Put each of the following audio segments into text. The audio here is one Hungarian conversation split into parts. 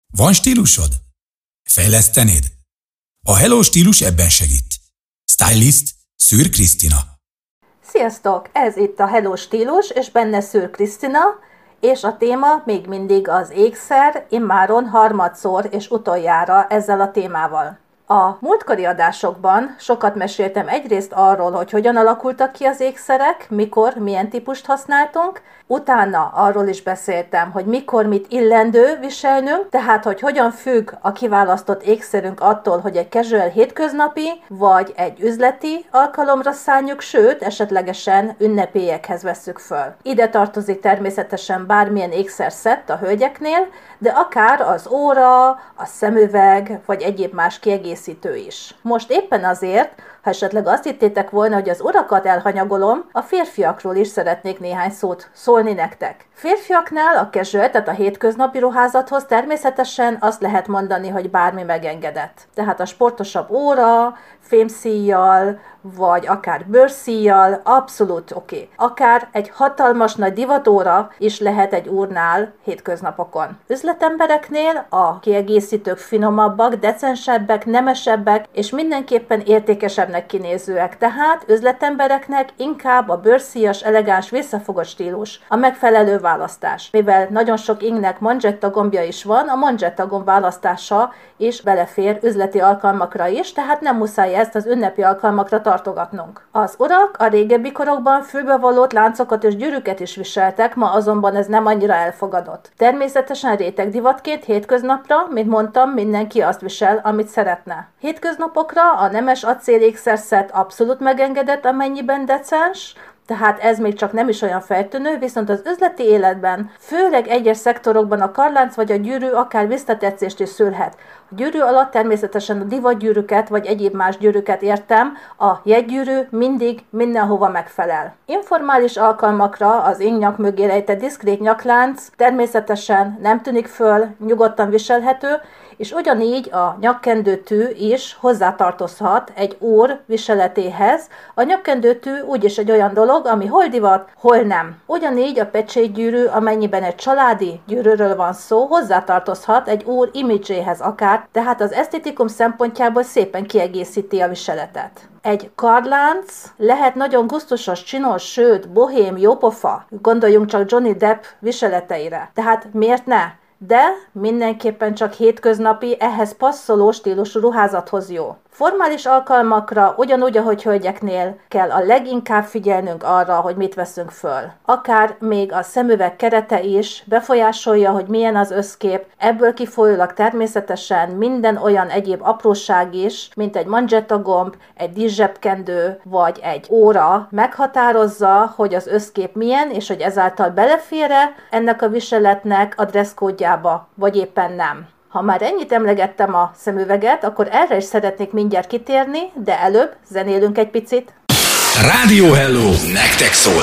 Van stílusod? Fejlesztenéd? A Hello Stílus ebben segít. Stylist Szűr Krisztina. Sziasztok! Ez itt a Hello Stílus, és benne Szűr Krisztina, és a téma még mindig az ékszer, immáron harmadszor és utoljára ezzel a témával. A múltkori adásokban sokat meséltem egyrészt arról, hogy hogyan alakultak ki az ékszerek, mikor, milyen típust használtunk, utána arról is beszéltem, hogy mikor mit illendő viselnünk, tehát hogy hogyan függ a kiválasztott ékszerünk attól, hogy egy casual hétköznapi, vagy egy üzleti alkalomra szánjuk, sőt, esetlegesen ünnepélyekhez vesszük föl. Ide tartozik természetesen bármilyen ékszerszett a hölgyeknél, de akár az óra, a szemüveg, vagy egyéb más kiegészítő is. Most éppen azért, ha esetleg azt hittétek volna, hogy az urakat elhanyagolom, a férfiakról is szeretnék néhány szót szólni nektek. Férfiaknál a casual, tehát a hétköznapi ruházathoz természetesen azt lehet mondani, hogy bármi megengedett. Tehát a sportosabb óra, fémszíjjal, vagy akár bőrszíjjal, abszolút oké. Akár egy hatalmas nagy divatóra is lehet egy úrnál hétköznapokon. Üzletembereknél a kiegészítők finomabbak, decensebbek, nemesebbek, és mindenképpen értékesebbnek kinézőek. Tehát üzletembereknek inkább a bőrszíjas, elegáns, visszafogott stílus a megfelelő választás. Mivel nagyon sok ingnek manzsetta gombja is van, a manzsetta gomb választása is belefér üzleti alkalmakra is, tehát nem muszáj ezt az ünnepi alkalmakra tartogatnunk. Az urak a régebbi korokban fülbevalót, láncokat és gyűrűket is viseltek, ma azonban ez nem annyira elfogadott. Természetesen rétegdivatként hétköznapra, mint mondtam, mindenki azt visel, amit szeretne. Hétköznapokra a nemes acélékszerszett abszolút megengedett, amennyiben decens, tehát ez még csak nem is olyan feltűnő, viszont az üzleti életben, főleg egyes szektorokban a karlánc vagy a gyűrű akár visszatetszést is szülhet. A gyűrű alatt természetesen a divatgyűrűket vagy egyéb más gyűrűket értem, a jegygyűrű mindig mindenhova megfelel. Informális alkalmakra az ingnyak mögé rejtett diszkrét nyaklánc természetesen nem tűnik föl, nyugodtan viselhető, és ugyanígy a nyakkendőtű is hozzátartozhat egy úr viseletéhez. A nyakkendőtű úgyis egy olyan dolog, ami hol divat, hol nem. Ugyanígy a pecsétgyűrű, amennyiben egy családi gyűrűről van szó, hozzátartozhat egy úr imidzséhez akár, tehát az esztétikum szempontjából szépen kiegészíti a viseletet. Egy karlánc lehet nagyon gusztusos, csinos, sőt, bohém, jópofa. Gondoljunk csak Johnny Depp viseleteire. Tehát miért ne? De mindenképpen csak hétköznapi, ehhez passzoló stílusú ruházathoz jó. Formális alkalmakra, ugyanúgy, ahogy hölgyeknél kell a leginkább figyelnünk arra, hogy mit veszünk föl. Akár még a szemüveg kerete is befolyásolja, hogy milyen az összkép, ebből kifolyólag természetesen minden olyan egyéb apróság is, mint egy manzsettagomb, egy díszsebkendő vagy egy óra meghatározza, hogy az összkép milyen, és hogy ezáltal belefér-e ennek a viseletnek a dresszkódjába, vagy éppen nem. Ha már ennyit emlegettem a szemüveget, akkor erre is szeretnék mindjárt kitérni, de előbb zenélünk egy picit. Rádió Hello! Nektek szól!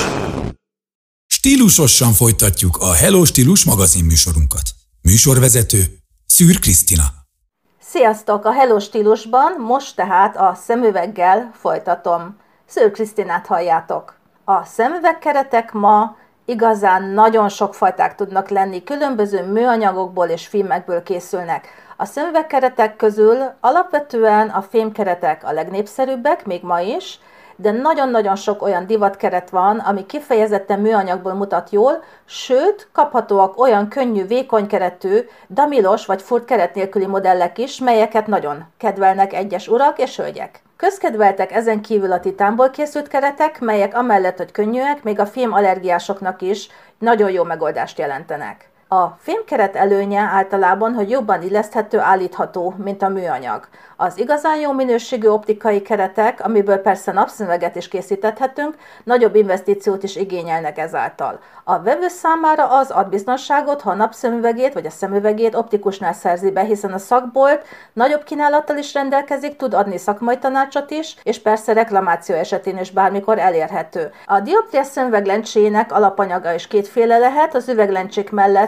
Stílusosan folytatjuk a Hello Stílus magazin műsorunkat. Műsorvezető Szűr Krisztina. Sziasztok! A Hello Stílusban most tehát a szemüveggel folytatom. Szűr Krisztinát halljátok. A szemüvegkeretek ma igazán nagyon sok fajták tudnak lenni, különböző műanyagokból és filmekből készülnek. A szemüvegkeretek közül alapvetően a fémkeretek a legnépszerűbbek, még ma is, de nagyon-nagyon sok olyan divatkeret van, ami kifejezetten műanyagból mutat jól, sőt, kaphatóak olyan könnyű, vékony keretű, damilos vagy furt keret nélküli modellek is, melyeket nagyon kedvelnek egyes urak és hölgyek. Közkedveltek ezen kívül a titánból készült keretek, melyek amellett, hogy könnyűek, még a fémallergiásoknak is nagyon jó megoldást jelentenek. A fémkeret előnye általában, hogy jobban illeszthető, állítható, mint a műanyag. Az igazán jó minőségű optikai keretek, amiből persze napszemüveget is készíthetünk, nagyobb investíciót is igényelnek ezáltal. A vevő számára az ad biztonságot, ha a napszemüvegét vagy a szemüvegét optikusnál szerzi be, hiszen a szakbolt nagyobb kínálattal is rendelkezik, tud adni szakmai tanácsot is, és persze reklamáció esetén is bármikor elérhető. A dioptriás szemüveg lencséjének alapanyaga is kétféle lehet, az üveglencsék mellett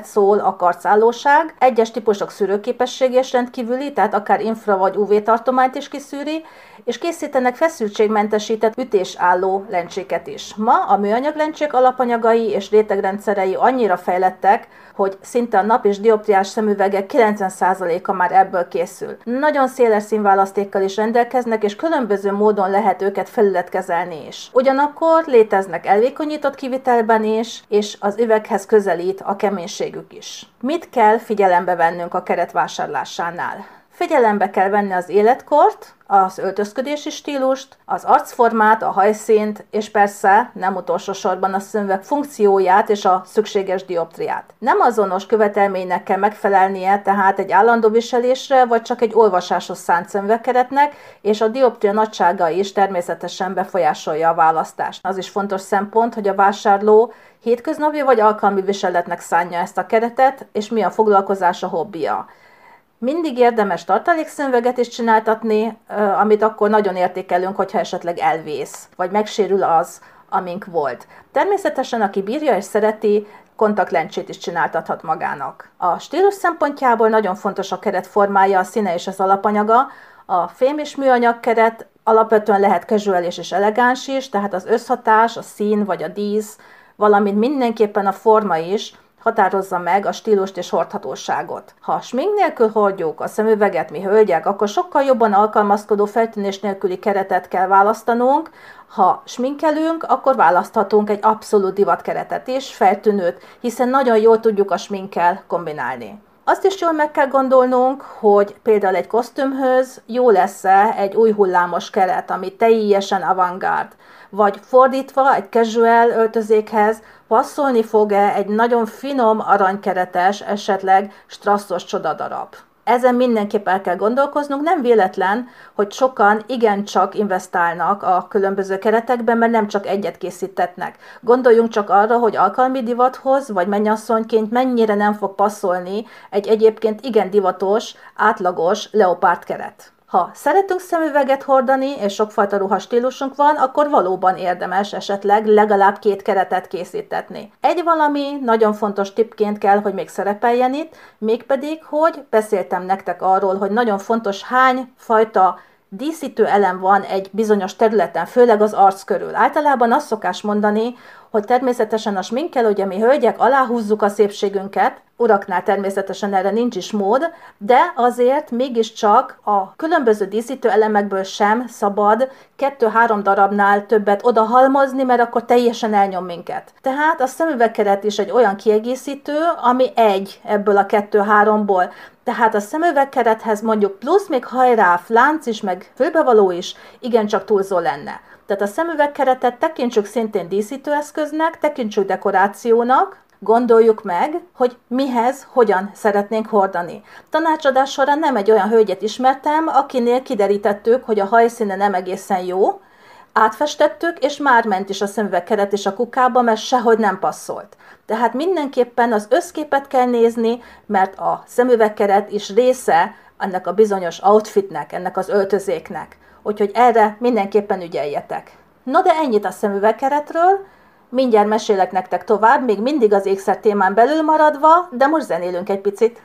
szól a karcállóság, egyes típusok szűrőképessége is rendkívüli, tehát akár infra vagy UV tartományt is kiszűri, és készítenek feszültségmentesített ütésálló lencséket is. Ma a műanyag lencsék alapanyagai és rétegrendszerei annyira fejlettek, hogy szinte a nap- és dioptriás szemüvegek 90%-a már ebből készül. Nagyon széles színválasztékkal is rendelkeznek, és különböző módon lehet őket felületkezelni is. Ugyanakkor léteznek elvékonyított kivitelben is, és az üveghez közelít a keménységük is. Mit kell figyelembe vennünk a keret vásárlásánál? Figyelembe kell venni az életkort, az öltözködési stílust, az arcformát, a hajszínt, és persze nem utolsó sorban a szemüveg funkcióját és a szükséges dioptriát. Nem azonos követelménynek kell megfelelnie tehát egy állandó viselésre, vagy csak egy olvasásos szánt szemüvegkeretnek, és a dioptria nagysága is természetesen befolyásolja a választást. Az is fontos szempont, hogy a vásárló hétköznapi vagy alkalmi viseletnek szánja ezt a keretet, és mi a foglalkozása, hobbija. Mindig érdemes tartalékszemüveget is csináltatni, amit akkor nagyon értékelünk, hogyha esetleg elvész, vagy megsérül az, amink volt. Természetesen, aki bírja és szereti, kontaktlencsét is csináltathat magának. A stílus szempontjából nagyon fontos a keret formája, a színe és az alapanyaga. A fém és műanyag keret alapvetően lehet casual és elegáns is, tehát az összhatás, a szín vagy a dísz, valamint mindenképpen a forma is határozza meg a stílust és hordhatóságot. Ha smink nélkül hordjuk a szemüveget mi hölgyek, akkor sokkal jobban alkalmazkodó feltűnés nélküli keretet kell választanunk. Ha sminkelünk, akkor választhatunk egy abszolút divatkeretet is, feltűnőt, hiszen nagyon jól tudjuk a sminkkel kombinálni. Azt is jól meg kell gondolnunk, hogy például egy kosztümhöz jó lesz-e egy új hullámos keret, ami teljesen avantgárd, vagy fordítva egy casual öltözékhez passzolni fog-e egy nagyon finom aranykeretes, esetleg strasszos csodadarab. Ezen mindenképp el kell gondolkoznunk, nem véletlen, hogy sokan igencsak investálnak a különböző keretekben, mert nem csak egyet készítetnek. Gondoljunk csak arra, hogy alkalmi divathoz, vagy mennyasszonyként mennyire nem fog passzolni egy egyébként igen divatos, átlagos leopárd keret. Ha szeretünk szemüveget hordani, és sokfajta ruhastílusunk van, akkor valóban érdemes esetleg legalább 2 keretet készítetni. Egy valami nagyon fontos tippként kell, hogy még szerepeljen itt, mégpedig, hogy beszéltem nektek arról, hogy nagyon fontos hány fajta díszítő elem van egy bizonyos területen, főleg az arc körül. Általában azt szokás mondani, hogy természetesen a sminkkel, ugye mi hölgyek aláhúzzuk a szépségünket, uraknál természetesen erre nincs is mód, de azért mégiscsak a különböző díszítő elemekből sem szabad 2-3 darabnál többet odahalmozni, mert akkor teljesen elnyom minket. Tehát a szemüvegkeret is egy olyan kiegészítő, ami egy ebből a 2-3-ból. Tehát a szemüvegkerethez mondjuk plusz még hajráf, lánc is, meg fülbevaló is igencsak túlzó lenne. Tehát a szemüvegkeretet tekintsük szintén díszítőeszköznek, tekintsük dekorációnak, gondoljuk meg, hogy mihez, hogyan szeretnénk hordani. Tanácsadás során nem egy olyan hölgyet ismertem, akinél kiderítettük, hogy a hajszíne nem egészen jó, átfestettük, és már ment is a szemüvegkeret is a kukába, mert sehogy nem passzolt. Tehát mindenképpen az összképet kell nézni, mert a szemüvegkeret is része ennek a bizonyos outfitnek, ennek az öltözéknek. Úgyhogy erre mindenképpen ügyeljetek. No, de ennyit a szemüvegkeretről, mindjárt mesélek nektek tovább, még mindig az ékszer témán belül maradva, de most zenélünk egy picit.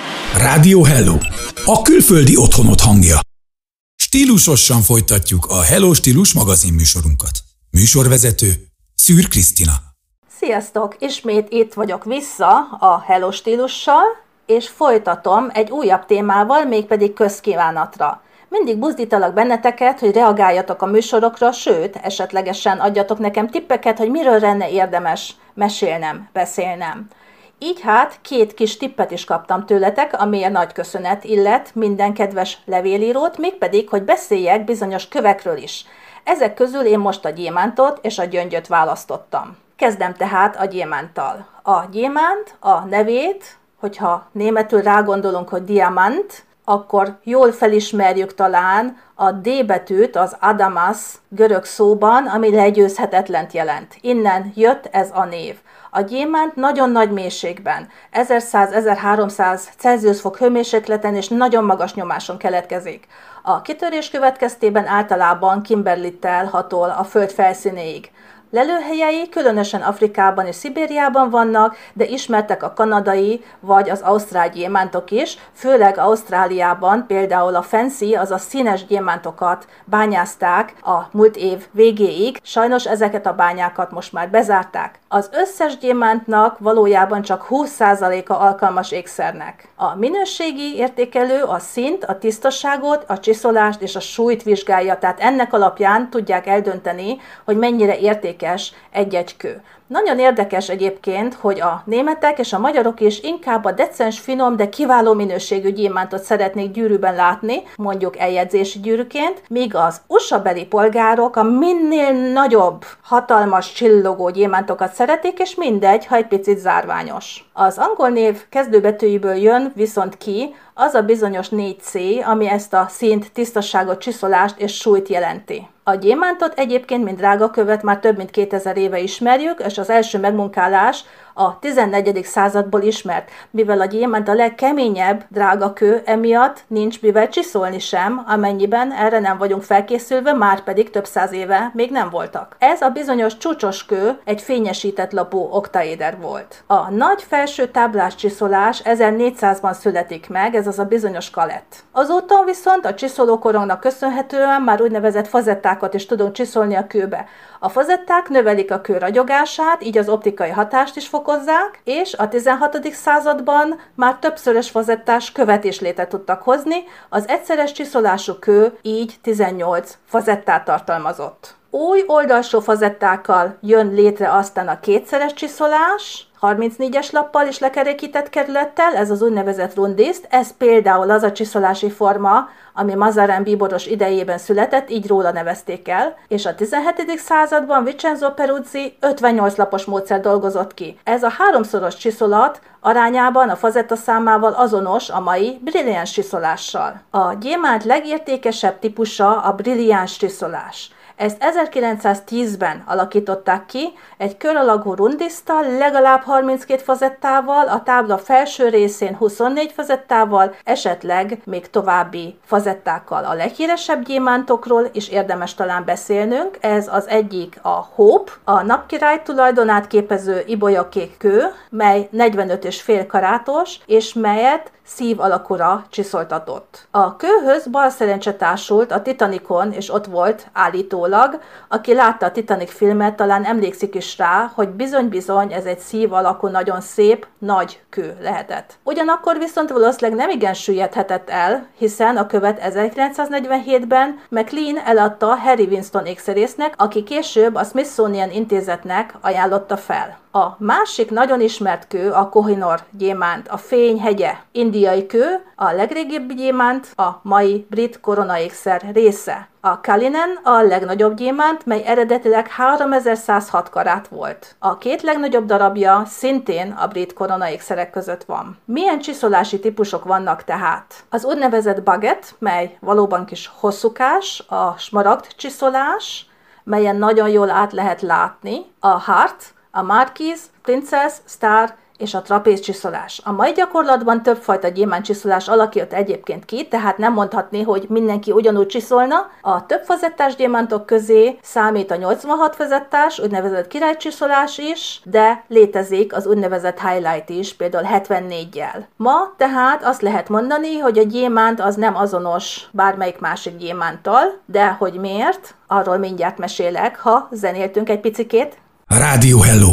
Rádió Hello! A külföldi otthonod hangja. Stílusosan folytatjuk a Hello Stílus magazin műsorunkat. Műsorvezető Szűr Krisztina. Sziasztok! Ismét itt vagyok vissza a Hello Stílussal, és folytatom egy újabb témával, mégpedig közkívánatra. Mindig buzdítalak benneteket, hogy reagáljatok a műsorokra, sőt, esetlegesen adjatok nekem tippeket, hogy miről lenne érdemes mesélnem, beszélnem. Így hát 2 kis tippet is kaptam tőletek, amiért nagy köszönet illet minden kedves levélírót, mégpedig, hogy beszéljek bizonyos kövekről is. Ezek közül én most a gyémántot és a gyöngyöt választottam. Kezdem tehát a gyémánttal. A gyémánt a nevét, hogyha németül rágondolunk, hogy diamant, akkor jól felismerjük talán a D betűt az adamas görög szóban, ami legyőzhetetlent jelent. Innen jött ez a név. A gyémánt nagyon nagy mélységben, 1100-1300 Celsius fok hőmérsékleten és nagyon magas nyomáson keletkezik. A kitörés következtében általában kimberlittel hatol a föld felszínéig. Lelőhelyei különösen Afrikában és Szibériában vannak, de ismertek a kanadai vagy az ausztrál gyémántok is, főleg Ausztráliában például a fancy, azaz színes gyémántokat bányázták a múlt év végéig, sajnos ezeket a bányákat most már bezárták. Az összes gyémántnak valójában csak 20%-a alkalmas ékszernek. A minőségi értékelő a színt, a tisztaságot, a csiszolást és a súlyt vizsgálja, tehát ennek alapján tudják eldönteni, hogy mennyire értékes egy-egy kő. Nagyon érdekes egyébként, hogy a németek és a magyarok is inkább a decens, finom, de kiváló minőségű gyémántot szeretnék gyűrűben látni, mondjuk eljegyzési gyűrűként, míg az USA-beli polgárok a minél nagyobb, hatalmas, csillogó gyémántokat szeretik, és mindegy, ha egy picit zárványos. Az angol név kezdőbetűjéből jön viszont ki az a bizonyos 4C, ami ezt a színt, tisztaságot, csiszolást és súlyt jelenti. A gyémántot egyébként, mint drágakövet már több mint 2000 éve ismerjük, és az első megmunkálás a 14. századból ismert, mivel a gyémánt a legkeményebb drágakő, emiatt nincs mivel csiszolni sem, amennyiben erre nem vagyunk felkészülve, már pedig több száz éve még nem voltak. Ez a bizonyos csúcsos kő egy fényesített lapú oktaéder volt. A nagy felső táblás csiszolás 1400-ban születik meg, ez az a bizonyos kalett. Azóta viszont a csiszolókorongnak köszönhetően már úgynevezett fazettákat is tudunk csiszolni a kőbe. A fazetták növelik a kő ragyogását, így az optikai hatást is fokozzák, és a 16. században már többszörös fazettás követ is létre tudtak hozni, az egyszeres csiszolású kő így 18 fazettát tartalmazott. Új oldalsó fazettákkal jön létre aztán a kétszeres csiszolás, 34-es lappal és lekerekített kerülettel, ez az úgynevezett rundiszt, ez például az a csiszolási forma, ami Mazarin bíboros idejében született, így róla nevezték el, és a 17. században Vincenzo Peruzzi 58 lapos módszer dolgozott ki. Ez a háromszoros csiszolat arányában a fazetta számával azonos a mai brilliáns csiszolással. A gyémánt legértékesebb típusa a brilliáns csiszolás. Ezt 1910-ben alakították ki, egy kör alakú rundisztal, legalább 32 fazettával, a tábla felső részén 24 fazettával, esetleg még további fazettákkal. A leghíresebb gyémántokról is érdemes talán beszélnünk, ez az egyik a Hope, a napkirály tulajdonát képező ibolyakék kő, mely 45,5 karátos, és melyet szív alakúra csiszoltatott. A kőhöz balszerencse társult a Titanicon, és ott volt állítólag, aki látta a Titanic filmet, talán emlékszik is rá, hogy bizony-bizony ez egy szív alakú, nagyon szép, nagy kő lehetett. Ugyanakkor viszont valószínűleg nem igen süllyedhetett el, hiszen a követ 1947-ben McLean eladta Harry Winston ékszerésznek, aki később a Smithsonian intézetnek ajánlotta fel. A másik nagyon ismert kő a Koh-i-Noor gyémánt, a Fény hegye, indiai kő, a legrégebbi gyémánt, a mai brit koronaékszer része. A Cullinan a legnagyobb gyémánt, mely eredetileg 3106 karát volt. A két legnagyobb darabja szintén a brit koronaékszerek között van. Milyen csiszolási típusok vannak tehát? Az úgynevezett baguette, mely valóban kis hosszúkás, a smaragd csiszolás, melyen nagyon jól át lehet látni, a Heart, a Marquise, Princess, Star és a trapéz csiszolás. A mai gyakorlatban többfajta gyémánt csiszolás alakult egyébként ki, tehát nem mondhatni, hogy mindenki ugyanúgy csiszolna. A több fazettás gyémántok közé számít a 86 fazettás, úgynevezett királycsiszolás is, de létezik az úgynevezett highlight is, például 74-jel. Ma tehát azt lehet mondani, hogy a gyémánt az nem azonos bármelyik másik gyémánttal, de hogy miért, arról mindjárt mesélek, ha zenéltünk egy picikét. Rádió Hello!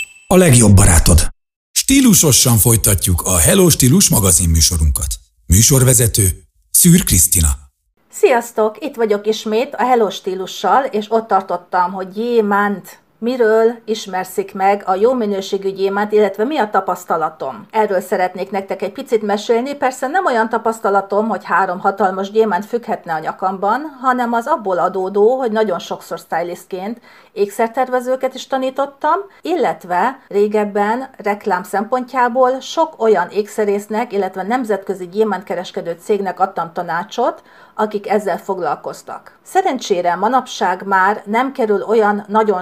A legjobb barátod! Stílusosan folytatjuk a Hello Stílus magazin műsorunkat. Műsorvezető Szűr Krisztina. Sziasztok! Itt vagyok ismét a Hello Stílussal, és ott tartottam, hogy gyémánt. Miről ismerszik meg a jó minőségű gyémánt, illetve mi a tapasztalatom? Erről szeretnék nektek egy picit mesélni, persze nem olyan tapasztalatom, hogy 3 hatalmas gyémánt függhetne a nyakamban, hanem az abból adódó, hogy nagyon sokszor stylistként ékszertervezőket is tanítottam, illetve régebben reklám szempontjából sok olyan ékszerésznek, illetve nemzetközi gyémántkereskedő cégnek adtam tanácsot, akik ezzel foglalkoztak. Szerencsére manapság már nem kerül olyan nagyon sokba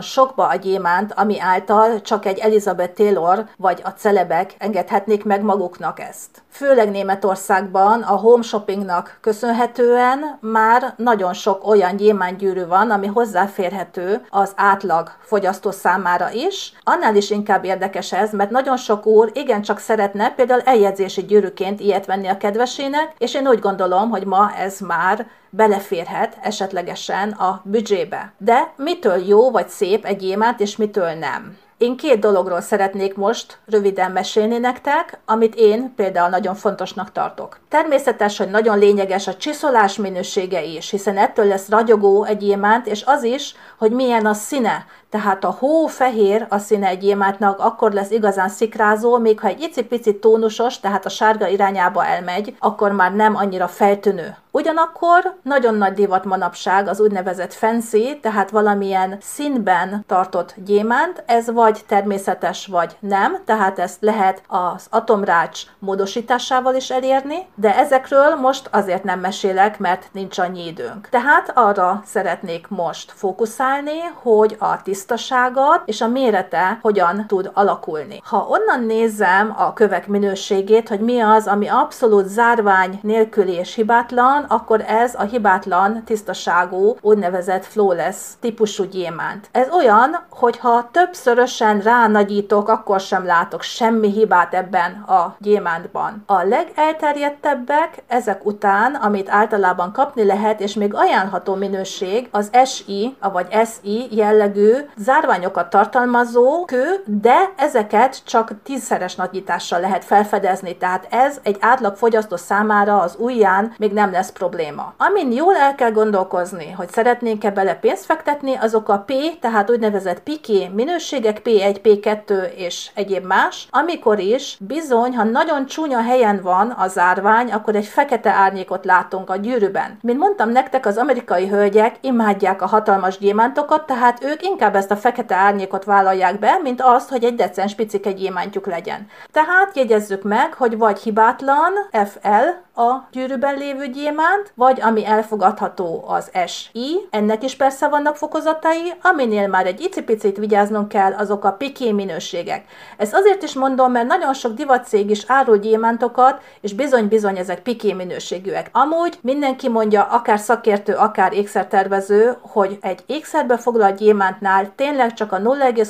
hiba a gyémánt, ami által csak egy Elizabeth Taylor vagy a celebek engedhetnék meg maguknak ezt. Főleg Németországban a home shoppingnak köszönhetően már nagyon sok olyan gyémántgyűrű van, ami hozzáférhető az átlag fogyasztó számára is. Annál is inkább érdekes ez, mert nagyon sok úr igencsak szeretne például eljegyzési gyűrűként ilyet venni a kedvesének, és én úgy gondolom, hogy ma ez már beleférhet esetlegesen a büdzsébe. De mitől jó vagy szép egy gyémánt, és mitől nem? Én 2 dologról szeretnék most röviden mesélni nektek, amit én például nagyon fontosnak tartok. Természetes, hogy nagyon lényeges a csiszolás minősége is, hiszen ettől lesz ragyogó egy gyémánt, és az is, hogy milyen a színe. Tehát a hófehér a színe egy gyémántnak, akkor lesz igazán szikrázó, még ha egy icipici tónusos, tehát a sárga irányába elmegy, akkor már nem annyira feltűnő. Ugyanakkor nagyon nagy divat manapság az úgynevezett fancy, tehát valamilyen színben tartott gyémánt, ez vagy természetes, vagy nem, tehát ezt lehet az atomrács módosításával is elérni, de ezekről most azért nem mesélek, mert nincs annyi időnk. Tehát arra szeretnék most fókuszálni, hogy a tisztaságot és a mérete hogyan tud alakulni. Ha onnan nézem a kövek minőségét, hogy mi az, ami abszolút zárvány nélküli és hibátlan, akkor ez a hibátlan, tisztaságú, úgynevezett flawless típusú gyémánt. Ez olyan, hogyha többszörösen ránagyítok, akkor sem látok semmi hibát ebben a gyémántban. A legelterjedtebbek ezek után, amit általában kapni lehet, és még ajánlható minőség, az SI, vagy SI jellegű zárványokat tartalmazó kő, de ezeket csak 10-szeres nagyítással lehet felfedezni, tehát ez egy átlag fogyasztó számára az ujján még nem lesz probléma. Amin jól el kell gondolkozni, hogy szeretnénk-e bele pénzt fektetni, azok a P, tehát úgynevezett piké minőségek, P1, P2 és egyéb más, amikor is bizony, ha nagyon csúnya helyen van a zárvány, akkor egy fekete árnyékot látunk a gyűrűben. Mint mondtam nektek, az amerikai hölgyek imádják a hatalmas gyémántokat, tehát ők inkább ezt a fekete árnyékot vállalják be, mint azt, hogy egy decens picike gyémántjuk legyen. Tehát jegyezzük meg, hogy vagy hibátlan, FL a gyűrűben lévő gyémánt, vagy ami elfogadható az SI, ennek is persze vannak fokozatai, aminél már egy icipicit vigyáznunk kell, azok a piké minőségek. Ezt azért is mondom, mert nagyon sok divatcég is árul gyémántokat, és bizony-bizony ezek piké minőségűek. Amúgy mindenki mondja, akár szakértő, akár ékszertervező, hogy egy ékszerbe foglalt gyémántnál tényleg csak a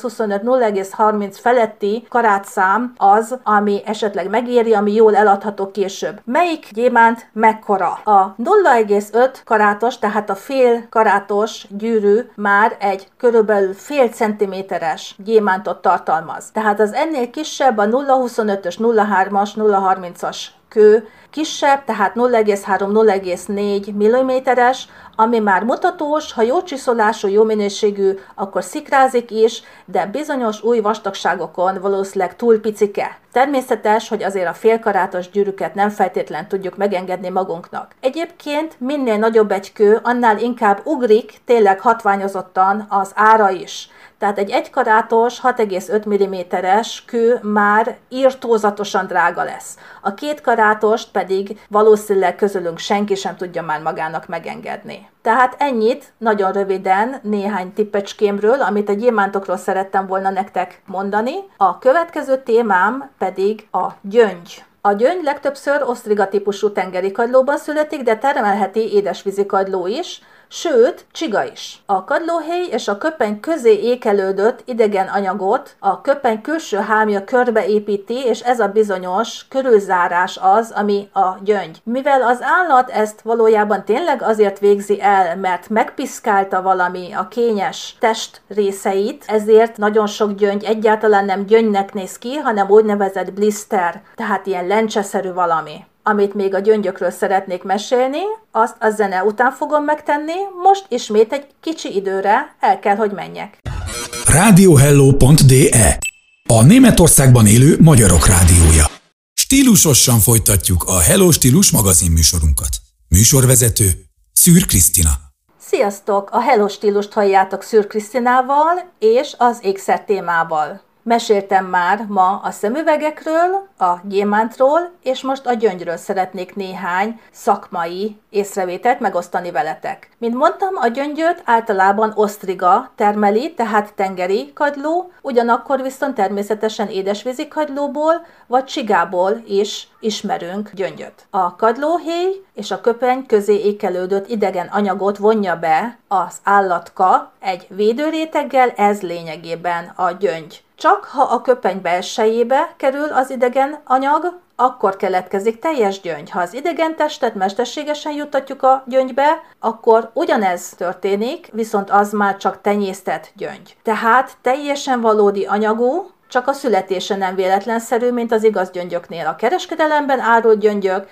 0,25-0,30 feletti karátszám az, ami esetleg megéri, ami jól eladható később. Melyik gyémánt mekkora? A 0,5 karátos, tehát a fél karátos gyűrű már egy körülbelül fél centiméteres gyémántot tartalmaz. Tehát az ennél kisebb a 0,25-ös, 0,3-as, 0,30-as kő kisebb, tehát 0,3-0,4 mm-es, ami már mutatós, ha jó csiszolású, jó minőségű, akkor szikrázik is, de bizonyos új vastagságokon valószínűleg túl picike. Természetes, hogy azért a félkarátos gyűrűket nem feltétlen tudjuk megengedni magunknak. Egyébként minél nagyobb egy kő, annál inkább ugrik tényleg hatványozottan az ára is. Tehát egy 1 karátos 6,5 mm-es kő már irtózatosan drága lesz. A 2 karátost pedig valószínűleg közülünk senki sem tudja már magának megengedni. Tehát ennyit nagyon röviden néhány tippecskémről, amit a gyémántokról szerettem volna nektek mondani. A következő témám pedig a gyöngy. A gyöngy legtöbbször osztriga típusú tengeri kagylóban születik, de termelheti édesvízi kagyló is, sőt, csiga is. A kagylóhéj és a köpeny közé ékelődött idegen anyagot a köpeny külső hámja körbeépíti, és ez a bizonyos körülzárás az, ami a gyöngy. Mivel az állat ezt valójában tényleg azért végzi el, mert megpiszkálta valami a kényes test részeit, ezért nagyon sok gyöngy egyáltalán nem gyöngynek néz ki, hanem úgynevezett blister, tehát ilyen lencseszerű valami. Amit még a gyöngyökről szeretnék mesélni, azt a zene után fogom megtenni, most ismét egy kicsi időre el kell, hogy menjek. Radiohello.de, a Németországban élő magyarok rádiója. Stílusosan folytatjuk a Hello Stílus magazin műsorunkat. Műsorvezető Szűr Krisztina. Sziasztok! A Hello Stílust halljátok Szűr Krisztinával és az ékszer témával. Meséltem már ma a szemüvegekről, a gyémántról, és most a gyöngyről szeretnék néhány szakmai észrevételt megosztani veletek. Mint mondtam, a gyöngyöt általában osztriga termeli, tehát tengeri kagyló, ugyanakkor viszont természetesen édesvízi kagylóból vagy csigából is ismerünk gyöngyöt. A kagylóhéj és a köpeny közé ékelődött idegen anyagot vonja be az állatka egy védőréteggel, ez lényegében a gyöngy. Csak ha a köpeny belsejébe kerül az idegen anyag, akkor keletkezik teljes gyöngy. Ha az idegen testet mesterségesen juttatjuk a gyöngybe, akkor ugyanez történik, viszont az már csak tenyésztett gyöngy. Tehát teljesen valódi anyagú, csak a születése nem véletlenszerű, mint az igaz gyöngyöknél. A kereskedelemben árult gyöngyök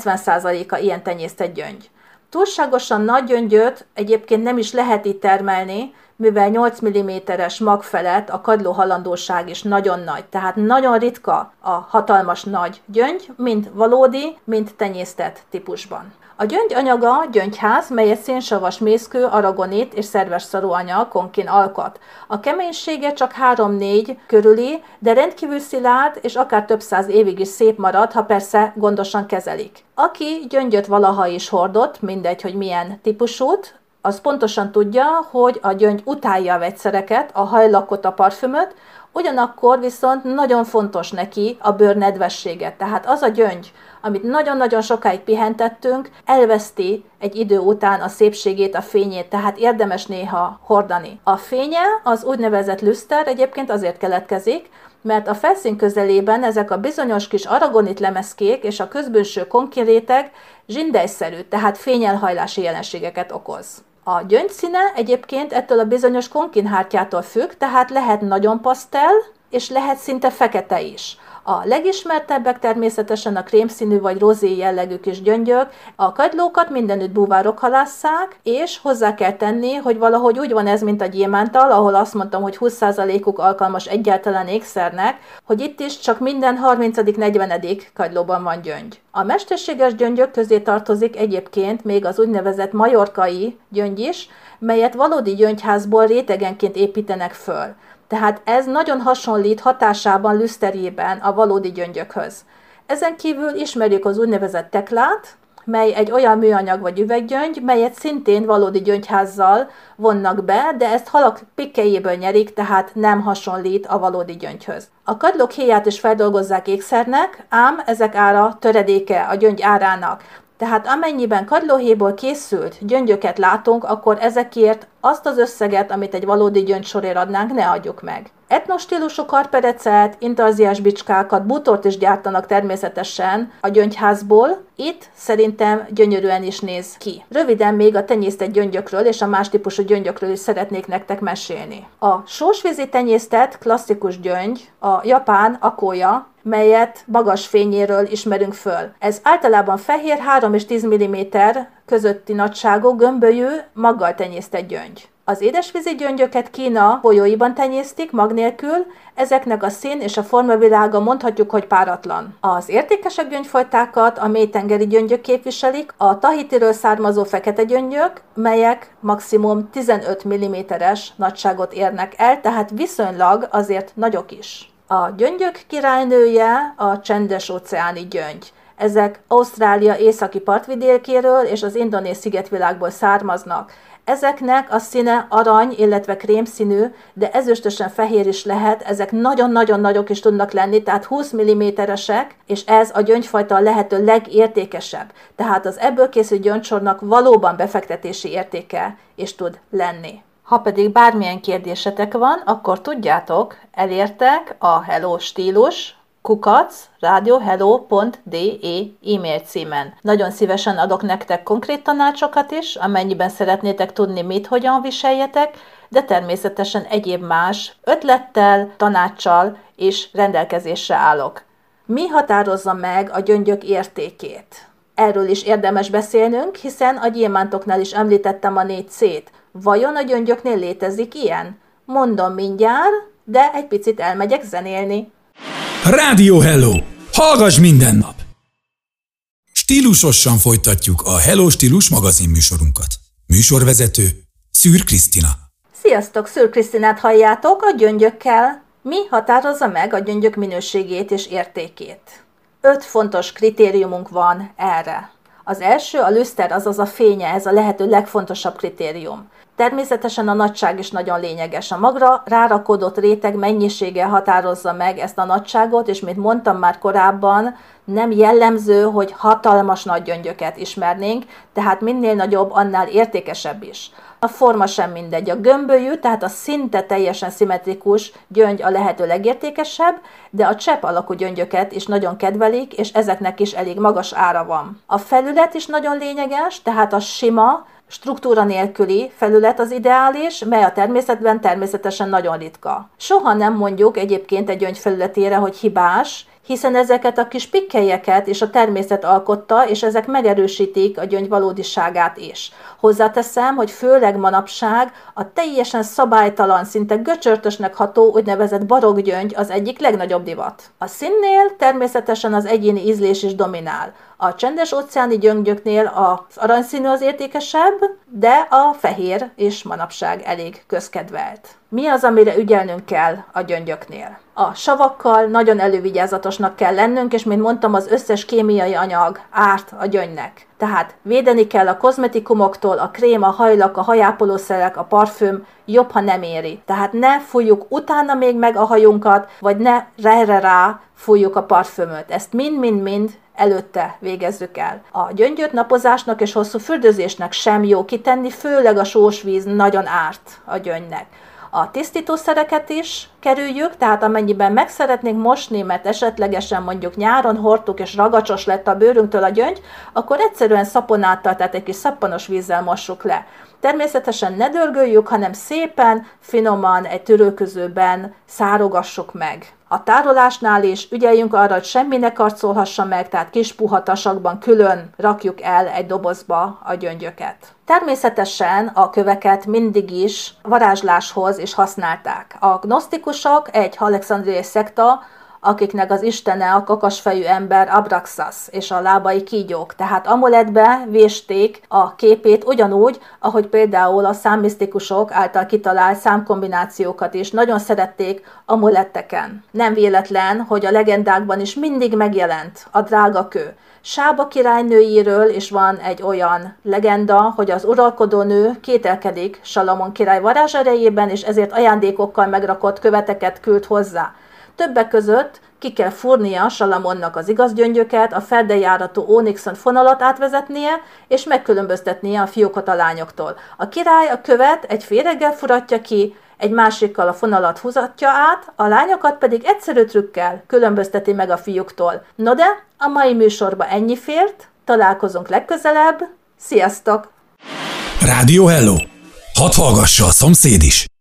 90%-a ilyen tenyésztett gyöngy. Túlságosan nagy gyöngyöt egyébként nem is lehet így termelni, mivel 8 mm-es mag felett a kagyló halandóság is nagyon nagy, tehát nagyon ritka a hatalmas nagy gyöngy, mind valódi, mind tenyésztett típusban. A gyöngy anyaga gyöngyház, melyet szénsavas mészkő, aragonit és szerves szarúanyag, konkin alkot. A keménysége csak 3-4 körüli, de rendkívül szilárd és akár több száz évig is szép marad, ha persze gondosan kezelik. Aki gyöngyöt valaha is hordott, mindegy, hogy milyen típusút, az pontosan tudja, hogy a gyöngy utálja a vegyszereket, a hajlakot, a parfümöt, ugyanakkor viszont nagyon fontos neki a bőr nedvessége. Tehát az a gyöngy, amit nagyon-nagyon sokáig pihentettünk, elveszti egy idő után a szépségét, a fényét, tehát érdemes néha hordani. A fénye, az úgynevezett lüszter egyébként azért keletkezik, mert a felszín közelében ezek a bizonyos kis aragonit lemezkék és a közbenső konkinréteg zsindelyszerű, tehát fényelhajlási jelenségeket okoz. A gyöngy színe egyébként ettől a bizonyos konkinhártyától függ, tehát lehet nagyon pasztel, és lehet szinte fekete is. A legismertebbek természetesen a krémszínű vagy rozé jellegű kis gyöngyök. A kagylókat mindenütt búvárok halásszák, és hozzá kell tenni, hogy valahogy úgy van ez, mint a gyémánttal, ahol azt mondtam, hogy 20%-uk alkalmas egyáltalán ékszernek, hogy itt is csak minden 30.-40. kagylóban van gyöngy. A mesterséges gyöngyök közé tartozik egyébként még az úgynevezett majorkai gyöngy is, melyet valódi gyöngyházból rétegenként építenek föl. Tehát ez nagyon hasonlít hatásában, lüszterjében a valódi gyöngyökhöz. Ezen kívül ismerjük az úgynevezett teklát, mely egy olyan műanyag vagy üveggyöngy, melyet szintén valódi gyöngyházzal vonnak be, de ezt halak pikkelyéből nyerik, tehát nem hasonlít a valódi gyöngyhöz. A kagylók héját is feldolgozzák ékszernek, ám ezek ára töredéke a gyöngy árának. Tehát amennyiben kagylóhéjból készült gyöngyöket látunk, akkor ezekért azt az összeget, amit egy valódi gyöngysorért adnánk, ne adjuk meg. Etnostílusú karperecet, intarziás bicskákat, bútort is gyártanak természetesen a gyöngyházból. Itt szerintem gyönyörűen is néz ki. Röviden még a tenyésztett gyöngyökről és a más típusú gyöngyökről is szeretnék nektek mesélni. A sósvízi tenyésztett klasszikus gyöngy, a japán akója, melyet magas fényéről ismerünk föl. Ez általában fehér, 3 és 10 mm közötti nagyságú, gömbölyű, maggal tenyésztett gyöngy. Az édesvízi gyöngyöket Kína folyóiban tenyésztik, mag nélkül, ezeknek a szín és a formavilága mondhatjuk, hogy páratlan. Az értékesebb gyöngyfajtákat a mélytengeri gyöngyök képviselik, a Tahitiről származó fekete gyöngyök, melyek maximum 15 mm-es nagyságot érnek el, tehát viszonylag azért nagyok is. A gyöngyök királynője a csendes-óceáni gyöngy. Ezek Ausztrália északi partvidékéről és az indonéz szigetvilágból származnak. Ezeknek a színe arany, illetve krémszínű, de ezüstösen fehér is lehet, ezek nagyon-nagyon nagyok is tudnak lenni, tehát 20 mm-esek, és ez a gyöngyfajta a lehető legértékesebb. Tehát az ebből készült gyöngycsornak valóban befektetési értéke is tud lenni. Ha pedig bármilyen kérdésetek van, akkor tudjátok, elértek a Hello Stílus @radiohello.de e-mail címen. Nagyon szívesen adok nektek konkrét tanácsokat is, amennyiben szeretnétek tudni, mit, hogyan viseljetek, de természetesen egyéb más ötlettel, tanácssal is rendelkezésre állok. Mi határozza meg a gyöngyök értékét? Erről is érdemes beszélnünk, hiszen a gyémántoknál is említettem a 4C-t. Vajon a gyöngyöknél létezik ilyen? Mondom mindjárt, de egy picit elmegyek zenélni. Rádió Hello! Hallgass minden nap! Stílusosan folytatjuk a Hello Stílus magazin műsorunkat. Műsorvezető Szűr Krisztina. Sziasztok, Szűr Krisztinát halljátok a gyöngyökkel Mi határozza meg a gyöngyök minőségét és értékét? 5 fontos kritériumunk van erre. Az első a lüszter, azaz a fénye, ez a lehető legfontosabb kritérium. Természetesen a nagyság is nagyon lényeges. A magra rárakódott réteg mennyisége határozza meg ezt a nagyságot, és mint mondtam már korábban, nem jellemző, hogy hatalmas nagy gyöngyöket ismernénk, tehát minél nagyobb, annál értékesebb is. A forma sem mindegy. A gömbölyű, tehát a szinte teljesen szimmetrikus gyöngy a lehető legértékesebb, de a csepp alakú gyöngyöket is nagyon kedvelik, és ezeknek is elég magas ára van. A felület is nagyon lényeges, tehát a sima, struktúra nélküli felület az ideális, mely a természetben természetesen nagyon ritka. Soha nem mondjuk egyébként egy gyöngy felületére, hogy hibás, hiszen ezeket a kis pikkelyeket és a természet alkotta, és ezek megerősítik a gyöngy valódiságát is. Hozzáteszem, hogy főleg manapság a teljesen szabálytalan, szinte göcsörtösnek ható úgynevezett barokk gyöngy az egyik legnagyobb divat. A színnél természetesen az egyéni ízlés is dominál. A csendes óceáni gyöngyöknél az aranyszínű az értékesebb, de a fehér is manapság elég közkedvelt. Mi az, amire ügyelnünk kell a gyöngyöknél? A savakkal nagyon elővigyázatosnak kell lennünk, és mint mondtam, az összes kémiai anyag árt a gyöngynek. Tehát védeni kell a kozmetikumoktól, a krém, a hajlak, a hajápolószerek, a parfüm, jobb, ha nem éri. Tehát ne fújjuk utána még meg a hajunkat, vagy ne rá fújjuk a parfümöt. Ezt mind előtte végezzük el. A gyöngyöt napozásnak és hosszú fürdőzésnek sem jó kitenni, főleg a sós víz nagyon árt a gyöngynek. A tisztítószereket is kerüljük, tehát amennyiben meg szeretnénk mosni, mert esetlegesen mondjuk nyáron hordtuk és ragacsos lett a bőrünktől a gyöngy, akkor egyszerűen szaponáttal, tehát egy kis szappanos vízzel mossuk le. Természetesen ne dörgöljük, hanem szépen, finoman egy törölközőben szárogassuk meg. A tárolásnál is ügyeljünk arra, hogy semmi ne karcolhassa meg, tehát kis puha tasakban külön rakjuk el egy dobozba a gyöngyöket. Természetesen a köveket mindig is varázsláshoz is használták. A gnosztikusok egy alexandriai szekta, akiknek az istene a kakasfejű ember Abraxas és a lábai kígyók. Tehát amulettbe vésték a képét ugyanúgy, ahogy például a számmisztikusok által kitalált számkombinációkat is nagyon szerették amuletteken. Nem véletlen, hogy a legendákban is mindig megjelent a drága kő. Sába királynőjéről is van egy olyan legenda, hogy az uralkodó nő kételkedik Salamon király varázserejében, és ezért ajándékokkal megrakott követeket küld hozzá. Többek között ki kell fúrnia Salamonnak az igaz gyöngyöket, a ferdejáratú ónixon fonalat átvezetnie, és megkülönböztetnie a fiúkat a lányoktól. A király a követ egy féreggel furatja ki, egy másikkal a fonalat húzatja át, a lányokat pedig egyszerű trükkel különbözteti meg a fiúktól. No de, a mai műsorba ennyi fért, találkozunk legközelebb, sziasztok! Rádió Hello! Hadd hallgassa a szomszéd is!